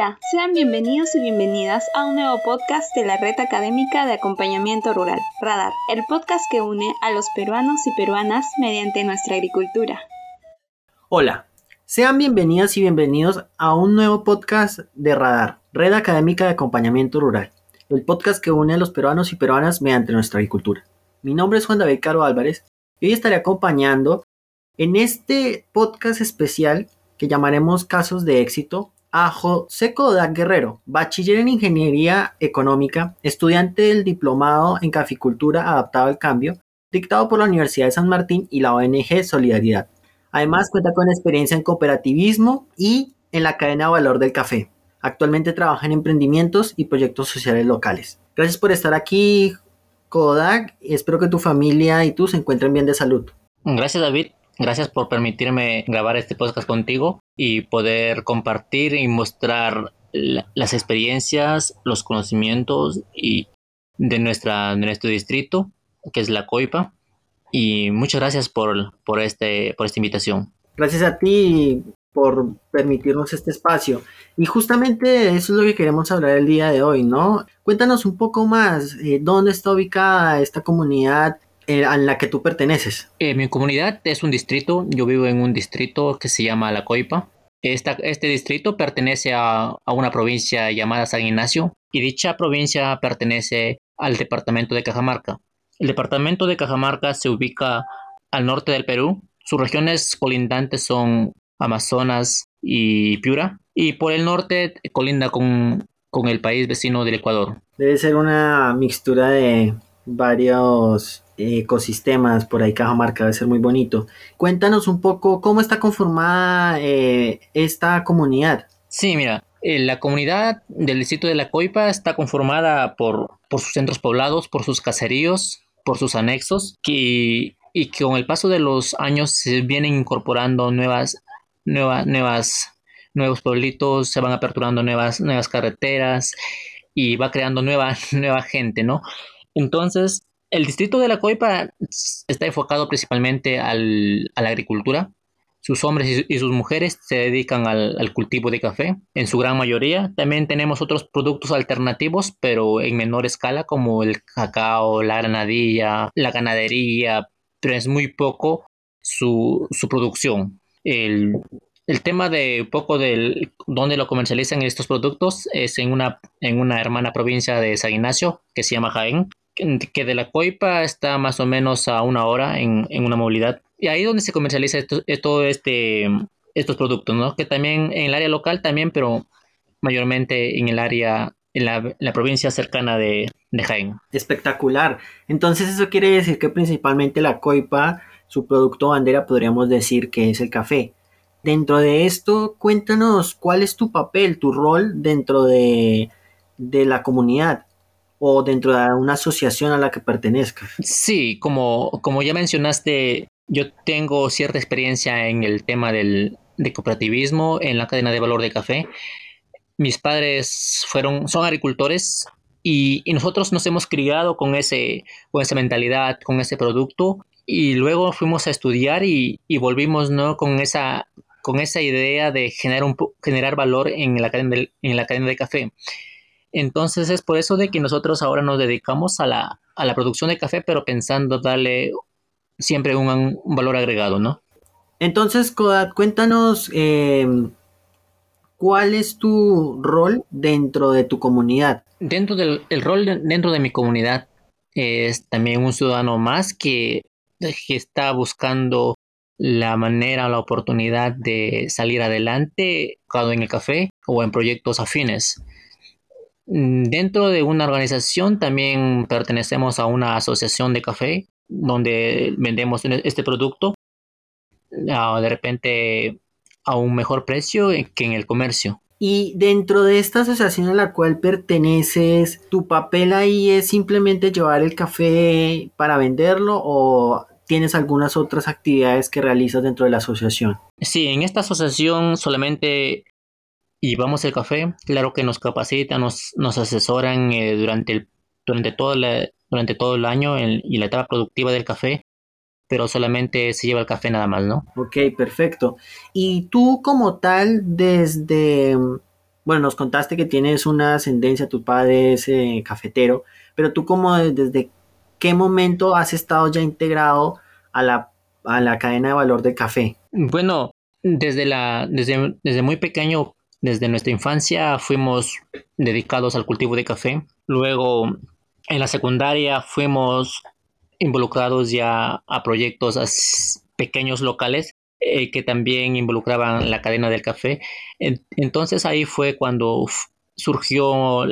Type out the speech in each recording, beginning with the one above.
Hola, sean bienvenidos y bienvenidas a un nuevo podcast de la Red Académica de Acompañamiento Rural, Radar, el podcast que une a los peruanos y peruanas mediante nuestra agricultura. Hola, sean bienvenidas y bienvenidos a un nuevo podcast de Radar, Red Académica de Acompañamiento Rural, el podcast que une a los peruanos y peruanas mediante nuestra agricultura. Mi nombre es Juan David Caro Álvarez y hoy estaré acompañando en este podcast especial que llamaremos Casos de Éxito a José Kodak Guerrero, bachiller en Ingeniería Económica, estudiante del Diplomado en Caficultura Adaptado al Cambio, dictado por la Universidad de San Martín y la ONG Solidaridad. Además, cuenta con experiencia en cooperativismo y en la cadena de valor del café. Actualmente trabaja en emprendimientos y proyectos sociales locales. Gracias por estar aquí, Kodak. Espero que tu familia y tú se encuentren bien de salud. Gracias, David. Gracias por permitirme grabar este podcast contigo y poder compartir y mostrar las experiencias, los conocimientos y de nuestro distrito, que es la Coipa. Y muchas gracias por esta invitación. Gracias a ti por permitirnos este espacio. Y justamente eso es lo que queremos hablar el día de hoy, ¿no? Cuéntanos un poco más, ¿dónde está ubicada esta comunidad a la que tú perteneces? Mi comunidad es un distrito. Yo vivo en un distrito que se llama La Coipa. Este distrito pertenece a una provincia llamada San Ignacio y dicha provincia pertenece al departamento de Cajamarca. El departamento de Cajamarca se ubica al norte del Perú. Sus regiones colindantes son Amazonas y Piura, y por el norte colinda con el país vecino del Ecuador. Debe ser una mixtura de varios ecosistemas por ahí. Cajamarca debe ser muy bonito. Cuéntanos un poco cómo está conformada esta comunidad. Sí, mira, la comunidad del distrito de La Coipa está conformada por sus centros poblados, por sus caseríos, por sus anexos, y que con el paso de los años se vienen incorporando nuevos pueblitos, se van aperturando nuevas carreteras y va creando nueva gente, ¿no? Entonces, el distrito de La Coipa está enfocado principalmente a la agricultura. Sus hombres y sus mujeres se dedican al cultivo de café, en su gran mayoría. También tenemos otros productos alternativos, pero en menor escala, como el cacao, la granadilla, la ganadería, pero es muy poco su producción. El tema de poco del dónde lo comercializan estos productos es en una hermana provincia de San Ignacio, que se llama Jaén, que de La Coipa está más o menos a una hora en una movilidad. Y ahí es donde se comercializa estos productos, ¿no? Que también en el área local también, pero mayormente en el área, en la provincia cercana de Jaén. Espectacular. Entonces eso quiere decir que principalmente la Coipa, su producto bandera, podríamos decir que es el café. Dentro de esto, cuéntanos cuál es tu papel, tu rol dentro de la comunidad o dentro de una asociación a la que pertenezcas. Sí, como ya mencionaste, yo tengo cierta experiencia en el tema de cooperativismo en la cadena de valor de café. Mis padres son agricultores y nosotros nos hemos criado con esa mentalidad, con ese producto, y luego fuimos a estudiar y volvimos, ¿no? Con esa idea de generar valor en en la cadena de café. Entonces es por eso de que nosotros ahora nos dedicamos a la producción de café, pero pensando darle siempre un valor agregado, ¿no? Entonces, Kodat, cuéntanos cuál es tu rol dentro de tu comunidad. El rol dentro de mi comunidad es también un ciudadano más que está buscando la manera, la oportunidad de salir adelante, enfocado en el café o en proyectos afines. Dentro de una organización también pertenecemos a una asociación de café donde vendemos este producto de repente a un mejor precio que en el comercio. Y dentro de esta asociación a la cual perteneces, ¿tu papel ahí es simplemente llevar el café para venderlo o tienes algunas otras actividades que realizas dentro de la asociación? Sí, en esta asociación solamente llevamos el café. Claro que nos capacitan, nos asesoran durante todo el año y la etapa productiva del café, pero solamente se lleva el café nada más, ¿no? Ok, perfecto. Y tú como tal, Bueno, nos contaste que tienes una ascendencia, tu padre es cafetero, pero tú desde qué momento has estado ya integrado a a la cadena de valor del café. Bueno, desde muy pequeño, desde nuestra infancia, fuimos dedicados al cultivo de café. Luego, en la secundaria, fuimos involucrados ya a proyectos pequeños locales que también involucraban la cadena del café. Entonces ahí fue cuando surgió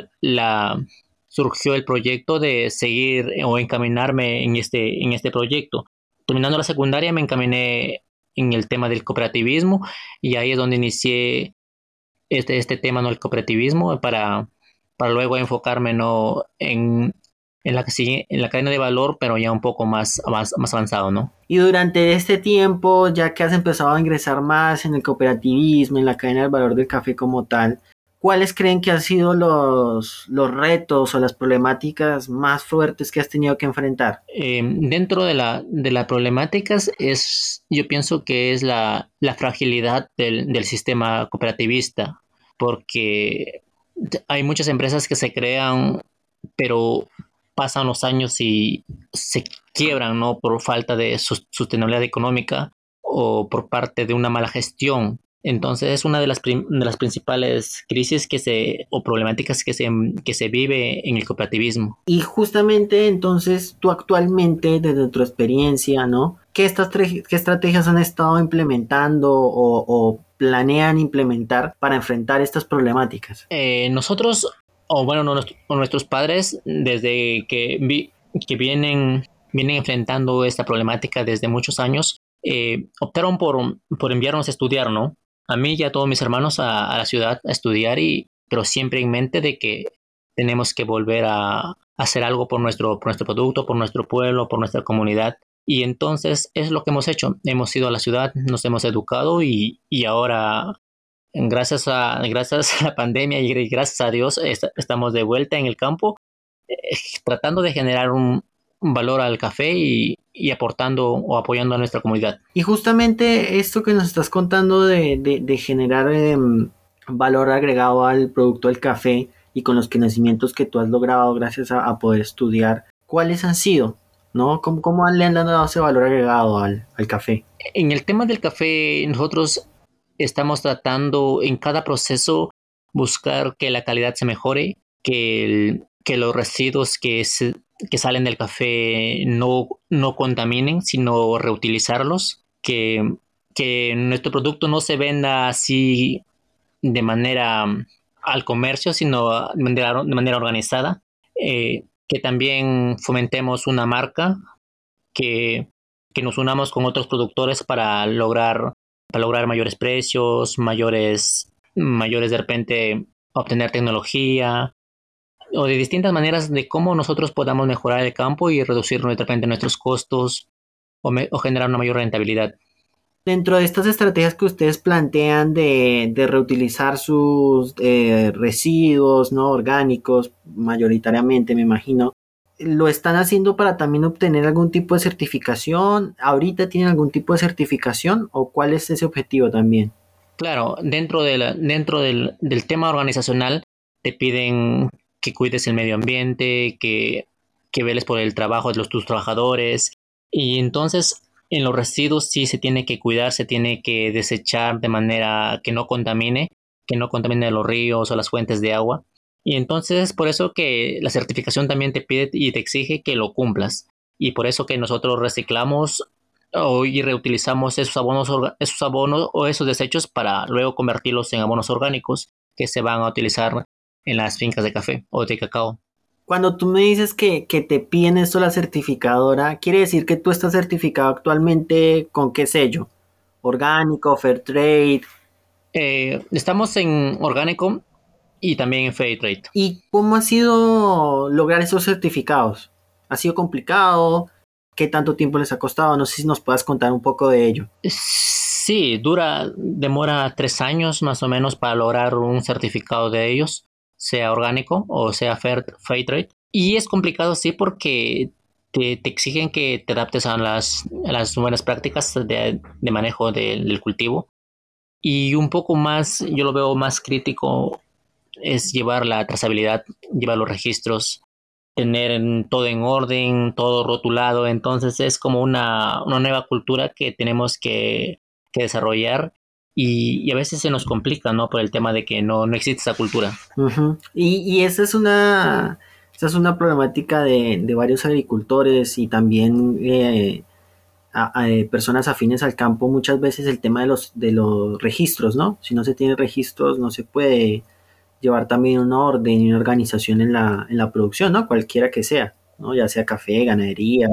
surgió el proyecto de seguir o encaminarme en este proyecto. Terminando la secundaria me encaminé en el tema del cooperativismo y ahí es donde inicié este tema, ¿no? El cooperativismo para luego enfocarme, ¿no? En la que sigue, en la cadena de valor, pero ya un poco más avanzado, ¿no? Y durante este tiempo, ya que has empezado a ingresar más en el cooperativismo, en la cadena del valor del café como tal, ¿cuáles creen que han sido los retos o las problemáticas más fuertes que has tenido que enfrentar? Dentro de las problemáticas yo pienso que es la fragilidad del sistema cooperativista, porque hay muchas empresas que se crean, pero pasan los años y se quiebran, ¿no? Por falta de sostenibilidad económica o por parte de una mala gestión. Entonces es una de de las principales crisis o problemáticas que se vive en el cooperativismo. Y justamente entonces tú actualmente, desde tu experiencia, ¿no? ¿Qué estrategias han estado implementando o planean implementar para enfrentar estas problemáticas? Nosotros, o bueno, o nuestros padres, desde que vienen enfrentando esta problemática desde muchos años, optaron por enviarnos a estudiar, ¿no? A mí y a todos mis hermanos a la ciudad a estudiar, pero siempre en mente de que tenemos que volver a hacer algo por nuestro producto, por nuestro pueblo, por nuestra comunidad. Y entonces es lo que hemos hecho. Hemos ido a la ciudad, nos hemos educado y ahora gracias a la pandemia y gracias a Dios estamos de vuelta en el campo, eh, tratando de generar un valor al café y aportando o apoyando a nuestra comunidad. Y justamente esto que nos estás contando de generar valor agregado al producto del café y con los conocimientos que tú has logrado gracias a poder estudiar, ¿cuáles han sido? ¿No? ¿Cómo le han dado ese valor agregado al café? En el tema del café, nosotros estamos tratando en cada proceso buscar que la calidad se mejore, que los residuos que salen del café no contaminen, sino reutilizarlos, que nuestro producto no se venda así de manera al comercio, sino de manera organizada, que también fomentemos una marca, que, que nos unamos con otros productores para lograr mayores precios, mayores de repente obtener tecnología o de distintas maneras de cómo nosotros podamos mejorar el campo y reducir de repente nuestros costos o generar una mayor rentabilidad. Dentro de estas estrategias que ustedes plantean de reutilizar sus residuos no orgánicos, mayoritariamente me imagino, ¿lo están haciendo para también obtener algún tipo de certificación? ¿Ahorita tienen algún tipo de certificación o cuál es ese objetivo también? Claro, dentro del tema organizacional te piden que cuides el medio ambiente, que veles por el trabajo de tus trabajadores. Y entonces en los residuos sí se tiene que cuidar, se tiene que desechar de manera que no contamine los ríos o las fuentes de agua. Y entonces por eso que la certificación también te pide y te exige que lo cumplas. Y por eso que nosotros reciclamos y reutilizamos esos abonos o esos desechos para luego convertirlos en abonos orgánicos que se van a utilizar en las fincas de café o de cacao. Cuando tú me dices que te piden esto la certificadora, ¿quiere decir que tú estás certificado actualmente con qué sello? ¿Orgánico, Fairtrade? Estamos en orgánico y también en fair trade. ¿Y cómo ha sido lograr esos certificados? ¿Ha sido complicado? ¿Qué tanto tiempo les ha costado? No sé si nos puedas contar un poco de ello. Sí, demora 3 años más o menos para lograr un certificado de ellos, sea orgánico o sea fair trade. Y es complicado, sí, porque te exigen que te adaptes a las buenas prácticas de manejo del cultivo. Y un poco más, yo lo veo más crítico es llevar la trazabilidad, llevar los registros, tener todo en orden, todo rotulado. Entonces es como una nueva cultura que tenemos que desarrollar y a veces se nos complica, ¿no? Por el tema de que no existe esa cultura. Ujú. Y esa es una problemática de varios agricultores y también personas afines al campo, muchas veces el tema de los registros, ¿no? Si no se tiene registros, no se puede llevar también un orden y una organización en la producción, ¿no? Cualquiera que sea, ¿no? Ya sea café, ganadería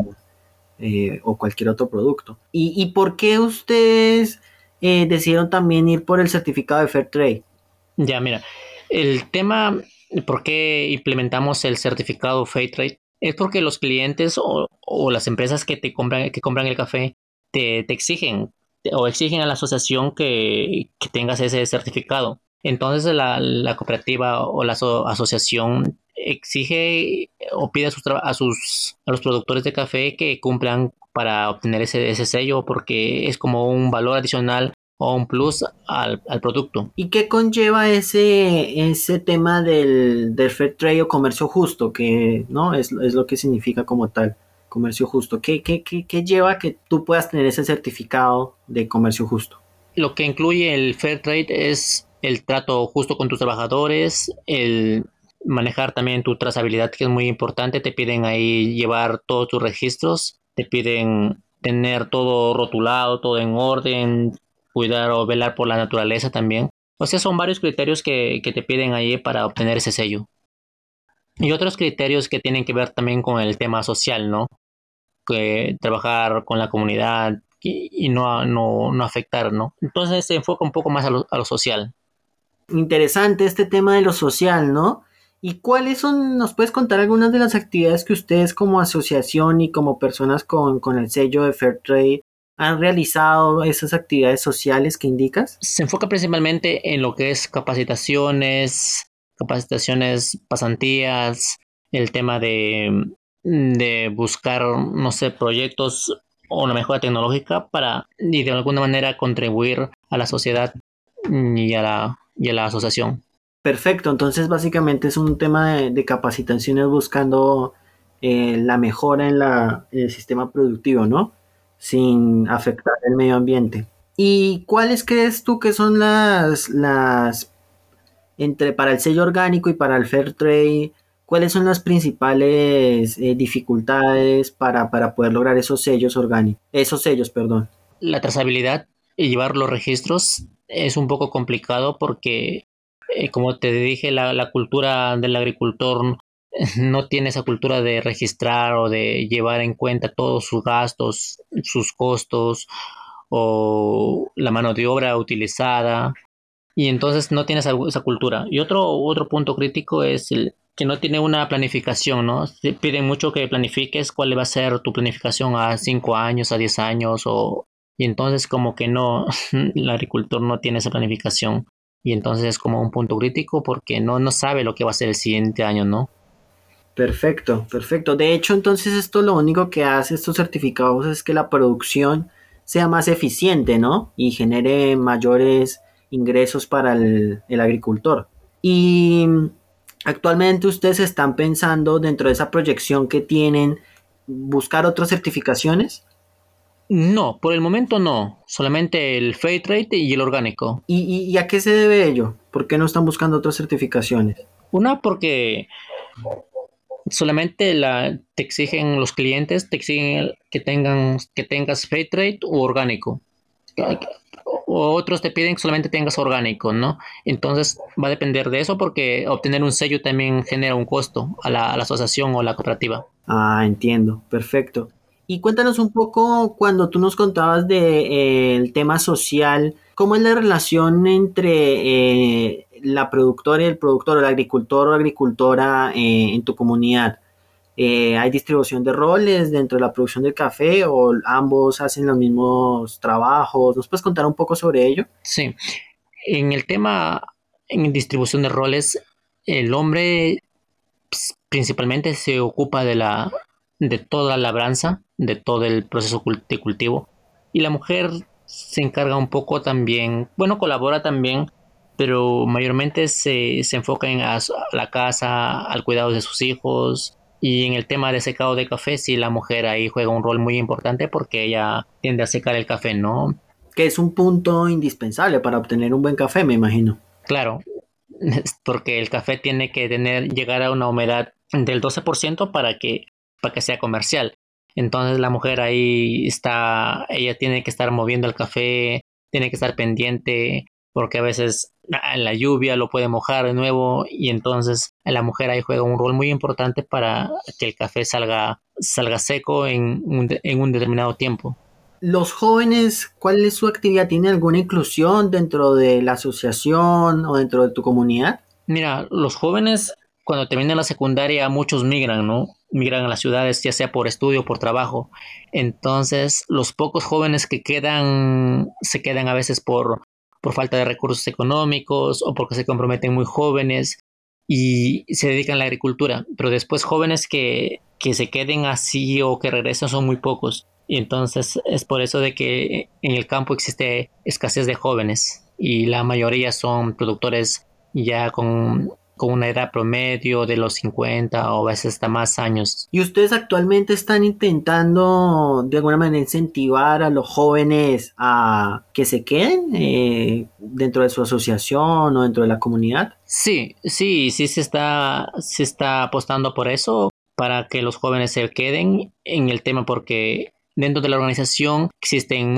o cualquier otro producto. Y por qué ustedes decidieron también ir por el certificado de Fair Trade? Ya, mira, el tema, ¿por qué implementamos el certificado Fairtrade? Es porque los clientes o las empresas que compran el café te exigen o exigen a la asociación que tengas ese certificado. Entonces la cooperativa o la asociación exige o pide a los productores de café que cumplan para obtener ese sello porque es como un valor adicional o un plus al producto. ¿Y qué conlleva ese tema del fair trade o comercio justo? Que no es lo que significa como tal, comercio justo. ¿Qué lleva que tú puedas tener ese certificado de comercio justo? Lo que incluye el fair trade es el trato justo con tus trabajadores, el manejar también tu trazabilidad, que es muy importante. Te piden ahí llevar todos tus registros, te piden tener todo rotulado, todo en orden, cuidar o velar por la naturaleza también. O sea, son varios criterios que te piden ahí para obtener ese sello. Y otros criterios que tienen que ver también con el tema social, ¿no? Que trabajar con la comunidad y no afectar, ¿no? Entonces se enfoca un poco más a lo social. Interesante este tema de lo social, ¿no? ¿Y cuáles son, nos puedes contar algunas de las actividades que ustedes como asociación y como personas con el sello de Fair Trade han realizado, esas actividades sociales que indicas? Se enfoca principalmente en lo que es capacitaciones, pasantías, el tema de buscar, no sé, proyectos o una mejora tecnológica para y de alguna manera contribuir a la sociedad y a la asociación. Perfecto, entonces básicamente es un tema de capacitaciones buscando la mejora en el sistema productivo, ¿no? Sin afectar el medio ambiente. ¿Y cuáles crees tú que son entre para el sello orgánico y para el fair trade, cuáles son las principales dificultades para poder lograr esos sellos orgánicos? Esos sellos, perdón. La trazabilidad y llevar los registros es un poco complicado porque, como te dije, la cultura del agricultor no tiene esa cultura de registrar o de llevar en cuenta todos sus gastos, sus costos o la mano de obra utilizada y entonces no tiene esa cultura. Y otro punto crítico es el que no tiene una planificación, ¿no? Te piden mucho que planifiques cuál va a ser tu planificación a 5 años, a 10 años, y entonces como que no, el agricultor no tiene esa planificación. Y entonces es como un punto crítico porque no sabe lo que va a ser el siguiente año, ¿no? Perfecto, perfecto. De hecho, entonces esto lo único que hace estos certificados es que la producción sea más eficiente, ¿no? Y genere mayores ingresos para el agricultor. Y actualmente ustedes están pensando dentro de esa proyección que tienen buscar otras certificaciones. No, por el momento no, solamente el Fairtrade y el orgánico. ¿Y a qué se debe ello? ¿Por qué no están buscando otras certificaciones? Una porque solamente te exigen los clientes, te exigen que tengas Fairtrade u orgánico. O otros te piden que solamente tengas orgánico, ¿no? Entonces va a depender de eso porque obtener un sello también genera un costo a la asociación o la cooperativa. Ah, entiendo, perfecto. Y cuéntanos un poco cuando tú nos contabas de, el tema social, ¿cómo es la relación entre la productora y el productor, el agricultor o agricultora en tu comunidad? ¿Hay distribución de roles dentro de la producción del café o ambos hacen los mismos trabajos? ¿Nos puedes contar un poco sobre ello? Sí, en el tema, en distribución de roles, el hombre principalmente se ocupa de toda la labranza, de todo el proceso de cultivo, y la mujer se encarga un poco también, bueno, colabora también pero mayormente se enfoca en la casa, al cuidado de sus hijos. Y en el tema de secado de café, sí, la mujer ahí juega un rol muy importante porque ella tiende a secar el café, ¿no? Que es un punto indispensable para obtener un buen café, me imagino. Claro, porque el café tiene que llegar a una humedad del 12% para que sea comercial. Entonces la mujer ahí está, ella tiene que estar moviendo el café, tiene que estar pendiente, porque a veces la lluvia lo puede mojar de nuevo, y entonces la mujer ahí juega un rol muy importante para que el café salga seco en un determinado tiempo. Los jóvenes, ¿cuál es su actividad? ¿Tiene alguna inclusión dentro de la asociación o dentro de tu comunidad? Mira, los jóvenes cuando terminan la secundaria muchos migran, ¿no? Migran a las ciudades, ya sea por estudio o por trabajo. Entonces, los pocos jóvenes que quedan se quedan a veces por falta de recursos económicos o porque se comprometen muy jóvenes y se dedican a la agricultura. Pero después jóvenes que se queden así o que regresen son muy pocos. Y entonces es por eso de que en el campo existe escasez de jóvenes y la mayoría son productores ya con una edad promedio de los 50 o a veces hasta más años. ¿Y ustedes actualmente están intentando de alguna manera incentivar a los jóvenes a que se queden dentro de su asociación o dentro de la comunidad? Sí, sí, sí se está apostando por eso, para que los jóvenes se queden en el tema, porque dentro de la organización existen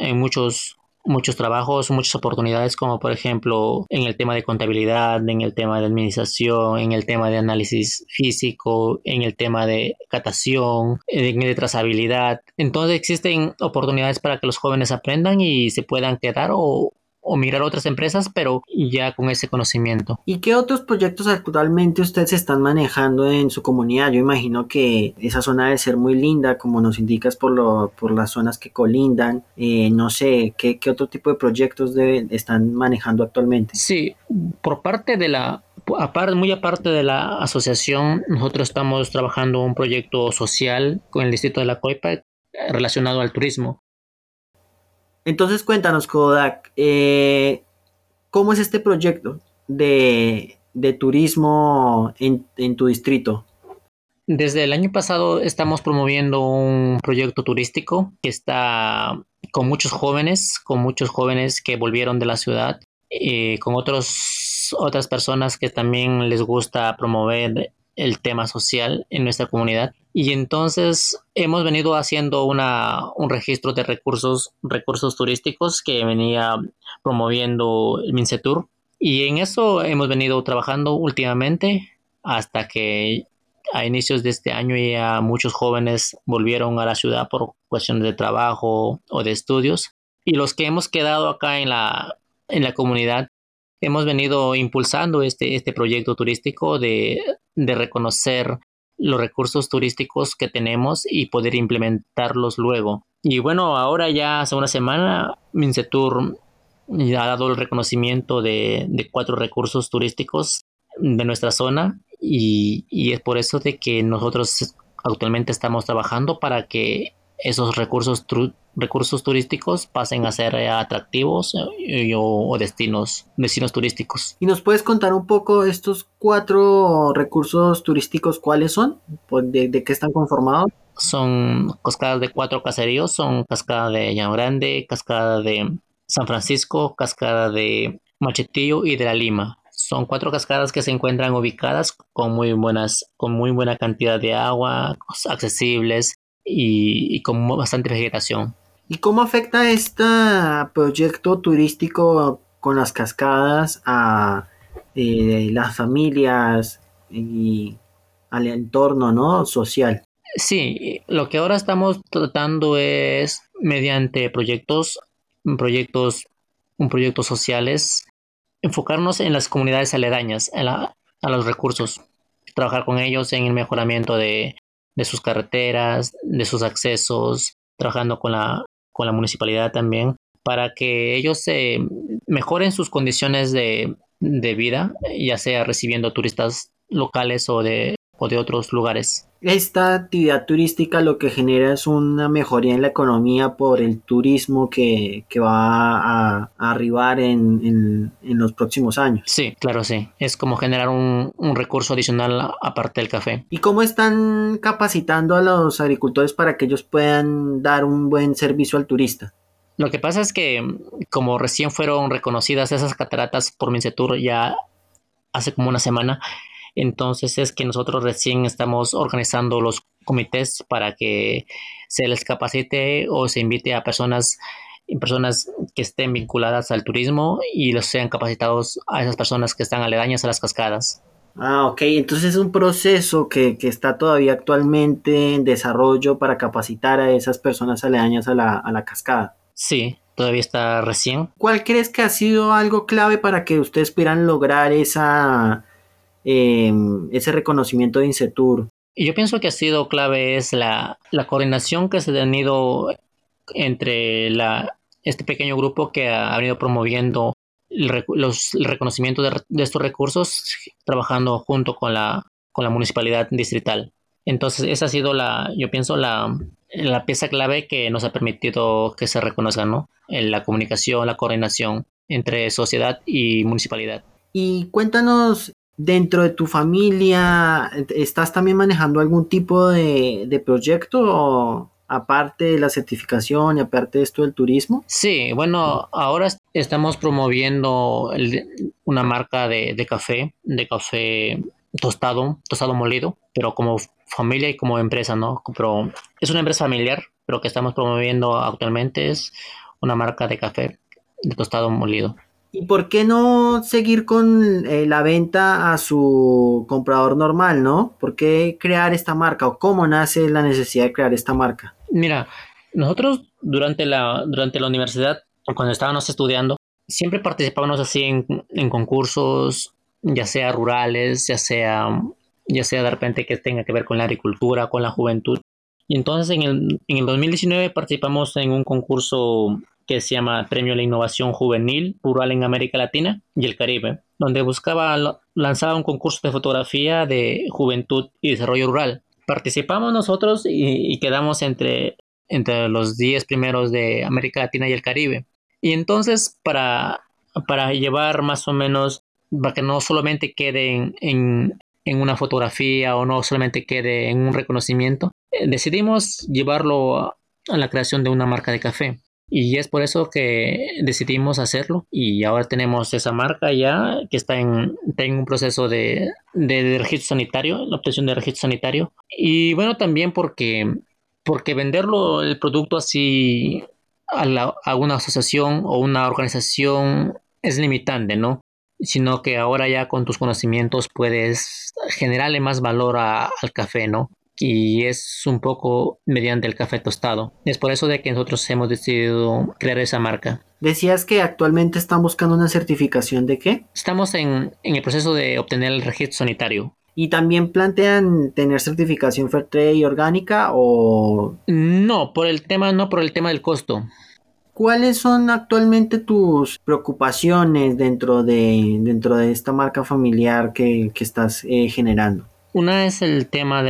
muchos trabajos, muchas oportunidades, como por ejemplo en el tema de contabilidad, en el tema de administración, en el tema de análisis físico, en el tema de catación, en el de trazabilidad. Entonces existen oportunidades para que los jóvenes aprendan y se puedan quedar o migrar a otras empresas, pero ya con ese conocimiento. ¿Y qué otros proyectos actualmente ustedes están manejando en su comunidad? Yo imagino que esa zona debe ser muy linda, como nos indicas por las zonas que colindan. No sé, ¿qué otro tipo de proyectos están manejando actualmente? Sí, por parte de muy aparte de la asociación, nosotros estamos trabajando un proyecto social con el distrito de La Coipa relacionado al turismo. Entonces cuéntanos, Kodak, ¿cómo es este proyecto de turismo en tu distrito? Desde el año pasado estamos promoviendo un proyecto turístico que está con muchos jóvenes que volvieron de la ciudad, con otras personas que también les gusta promover el tema social en nuestra comunidad. Y entonces hemos venido haciendo un registro de recursos turísticos que venía promoviendo el Mincetur. Y en eso hemos venido trabajando últimamente hasta que a inicios de este año ya muchos jóvenes volvieron a la ciudad por cuestiones de trabajo o de estudios. Y los que hemos quedado acá en la comunidad hemos venido impulsando este proyecto turístico de reconocer los recursos turísticos que tenemos y poder implementarlos luego. Y bueno, ahora ya hace una semana Mincetur ya ha dado el reconocimiento de 4 recursos turísticos de nuestra zona, y es por eso de que nosotros actualmente estamos trabajando para que esos recursos turísticos pasen a ser atractivos o destinos turísticos. ¿Y nos puedes contar un poco estos 4 recursos turísticos, cuáles son? ¿De qué están conformados? Son cascadas de 4 caseríos, son cascada de Llano Grande, cascada de San Francisco, cascada de Machetillo y de La Lima. Son 4 cascadas que se encuentran ubicadas con muy buena cantidad de agua, accesibles y con bastante vegetación. ¿Y cómo afecta este proyecto turístico con las cascadas a las familias y al entorno, ¿no? social? Sí, lo que ahora estamos tratando es mediante proyectos, proyectos sociales, enfocarnos en las comunidades aledañas, a los recursos, trabajar con ellos en el mejoramiento de sus carreteras, de sus accesos, trabajando con la municipalidad también, para que ellos mejoren sus condiciones de vida, ya sea recibiendo turistas locales o de otros lugares. Esta actividad turística lo que genera es una mejoría en la economía por el turismo que va a arribar en los próximos años. Sí, claro, sí. Es como generar un recurso adicional aparte del café. ¿Y cómo están capacitando a los agricultores para que ellos puedan dar un buen servicio al turista? Lo que pasa es que como recién fueron reconocidas esas cataratas por Mincetur ya hace como una semana, entonces es que nosotros recién estamos organizando los comités para que se les capacite o se invite a personas que estén vinculadas al turismo y los sean capacitados a esas personas que están aledañas a las cascadas. Ah, ok, entonces es un proceso que está todavía actualmente en desarrollo para capacitar a esas personas aledañas a la cascada. Sí, todavía está recién. ¿Cuál crees que ha sido algo clave para que ustedes pudieran lograr ese reconocimiento de Incetur? Y yo pienso que ha sido clave es la coordinación que se ha tenido entre este pequeño grupo que ha venido promoviendo el reconocimiento de estos recursos, trabajando junto con la municipalidad distrital. Entonces, esa ha sido yo pienso, la pieza clave que nos ha permitido que se reconozca, ¿no? En la comunicación, la coordinación entre sociedad y municipalidad. Y cuéntanos, dentro de tu familia, ¿estás también manejando algún tipo de proyecto aparte de la certificación y aparte de esto del turismo? Sí, bueno, ahora estamos promoviendo una marca de café tostado molido, pero como familia y como empresa, ¿no? Pero es una empresa familiar, pero que estamos promoviendo actualmente es una marca de café de tostado molido. ¿Y por qué no seguir con la venta a su comprador normal, no? ¿Por qué crear esta marca o cómo nace la necesidad de crear esta marca? Mira, nosotros durante la universidad, cuando estábamos estudiando, siempre participábamos así en concursos, ya sea rurales, ya sea de repente que tenga que ver con la agricultura, con la juventud. Y entonces en el 2019 participamos en un concurso que se llama Premio a la Innovación Juvenil Rural en América Latina y el Caribe, donde lanzaba un concurso de fotografía de juventud y desarrollo rural. Participamos nosotros y quedamos entre los 10 primeros de América Latina y el Caribe. Y entonces, para llevar más o menos, para que no solamente quede en una fotografía o no solamente quede en un reconocimiento, decidimos llevarlo a la creación de una marca de café. Y es por eso que decidimos hacerlo y ahora tenemos esa marca ya que está en un proceso de registro sanitario, la obtención de registro sanitario. Y bueno, también porque venderlo, el producto así a una asociación o una organización es limitante, ¿no? Sino que ahora ya con tus conocimientos puedes generarle más valor al café, ¿no? Y es un poco mediante el café tostado. Es por eso de que nosotros hemos decidido crear esa marca. Decías que actualmente están buscando una certificación de qué, Estamos en el proceso de obtener el registro sanitario. y también plantean tener certificación Fairtrade y orgánica o No, no por el tema del costo. ¿cuáles son actualmente tus preocupaciones dentro de esta marca familiar que estás generando? Una es el tema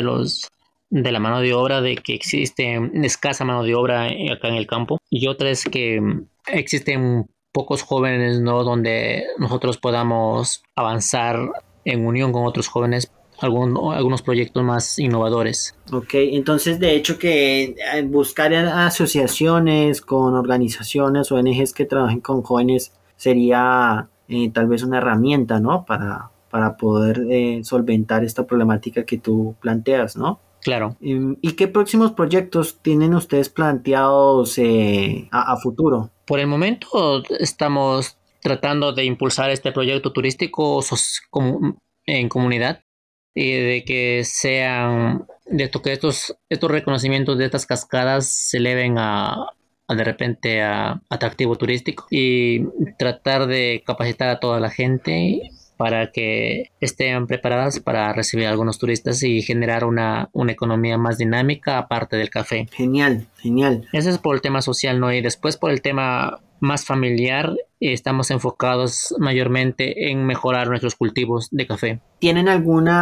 de la mano de obra, de que existe escasa mano de obra acá en el campo. Y otra es que existen pocos jóvenes, ¿no? Donde nosotros podamos avanzar en unión con otros jóvenes algunos proyectos más innovadores. Ok, entonces de hecho que buscar asociaciones con organizaciones, ONGs que trabajen con jóvenes sería tal vez una herramienta, ¿no? Para poder solventar esta problemática que tú planteas, ¿no? Claro. ¿Y qué próximos proyectos tienen ustedes planteados a futuro? Por el momento estamos tratando de impulsar este proyecto turístico en comunidad y de que que estos reconocimientos de estas cascadas se eleven de repente a atractivo turístico y tratar de capacitar a toda la gente para que estén preparadas para recibir a algunos turistas y generar una economía más dinámica aparte del café. Genial, genial. Ese es por el tema social, ¿no? Y después por el tema más familiar estamos enfocados mayormente en mejorar nuestros cultivos de café. ¿Tienen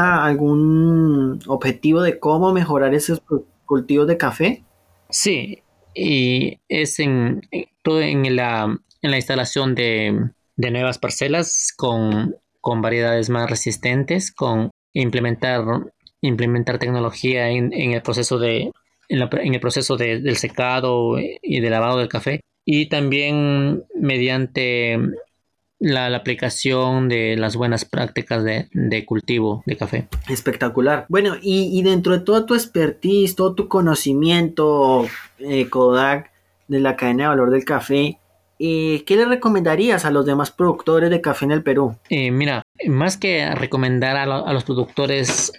algún objetivo de cómo mejorar esos cultivos de café? Sí, y es todo en la instalación de nuevas parcelas con variedades más resistentes, con implementar tecnología en el proceso en el proceso del secado y de lavado del café, y también mediante la aplicación de las buenas prácticas de cultivo de café. Espectacular. Bueno, y dentro de toda tu expertise, todo tu conocimiento, Kodak, de la cadena de valor del café, ¿qué le recomendarías a los demás productores de café en el Perú? Mira, más que recomendar a los productores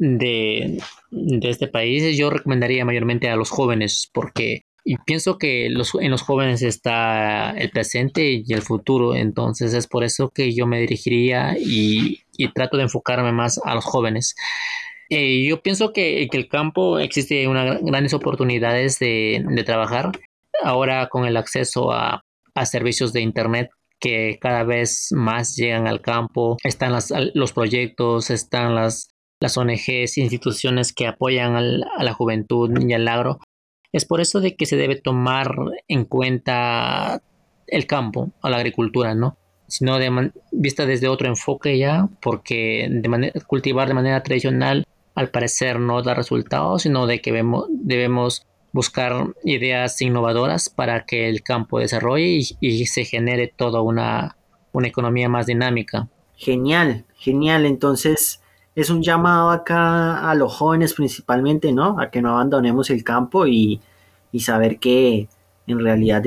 de este país, yo recomendaría mayormente a los jóvenes, porque y pienso que en los jóvenes está el presente y el futuro. Entonces es por eso que yo me dirigiría y trato de enfocarme más a los jóvenes. Yo pienso que el campo existe grandes oportunidades de trabajar ahora con el acceso a servicios de Internet que cada vez más llegan al campo. Están los proyectos, están las ONGs, instituciones que apoyan a la juventud y al agro. Es por eso de que se debe tomar en cuenta el campo o la agricultura, ¿no? Sino vista desde otro enfoque ya, porque cultivar de manera tradicional al parecer no da resultados, sino de que debemos buscar ideas innovadoras para que el campo desarrolle y se genere toda una economía más dinámica. Genial, genial. Entonces, es un llamado acá a los jóvenes principalmente, ¿no? A que no abandonemos el campo y saber que en realidad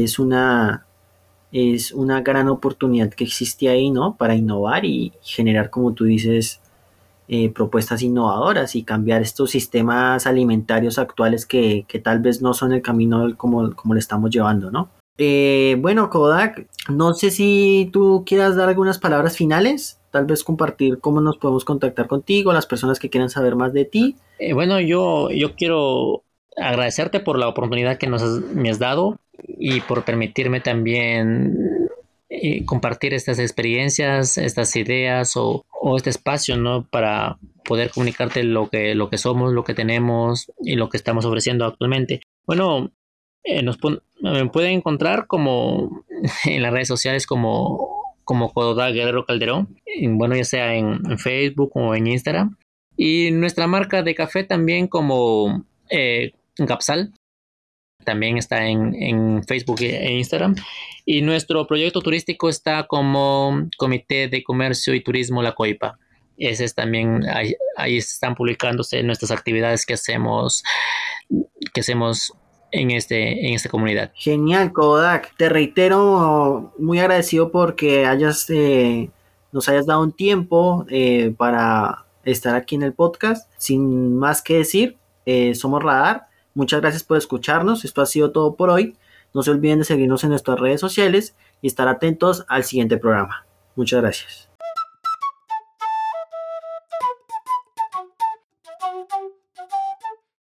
es una gran oportunidad que existe ahí, ¿no? Para innovar y generar, como tú dices, propuestas innovadoras y cambiar estos sistemas alimentarios actuales que tal vez no son el camino como le estamos llevando, ¿no? Bueno, Kodak, no sé si tú quieras dar algunas palabras finales, tal vez compartir cómo nos podemos contactar contigo, las personas que quieran saber más de ti. Bueno, yo quiero agradecerte por la oportunidad que me has dado y por permitirme también compartir estas experiencias, estas ideas o este espacio, ¿no? Para poder comunicarte lo que somos, lo que tenemos y lo que estamos ofreciendo actualmente. Bueno, me pueden encontrar como en las redes sociales como Kodak Guerrero Calderón, bueno, ya sea en Facebook o en Instagram. Y nuestra marca de café también como Gapsal, también está en Facebook e Instagram. Y nuestro proyecto turístico está como Comité de Comercio y Turismo La Coipa. Ese es también, ahí están publicándose nuestras actividades que hacemos en esta comunidad. Genial, Kodak. Te reitero, muy agradecido porque nos hayas dado un tiempo para estar aquí en el podcast. Sin más que decir, somos Radar. Muchas gracias por escucharnos. Esto ha sido todo por hoy. No se olviden de seguirnos en nuestras redes sociales y estar atentos al siguiente programa. Muchas gracias.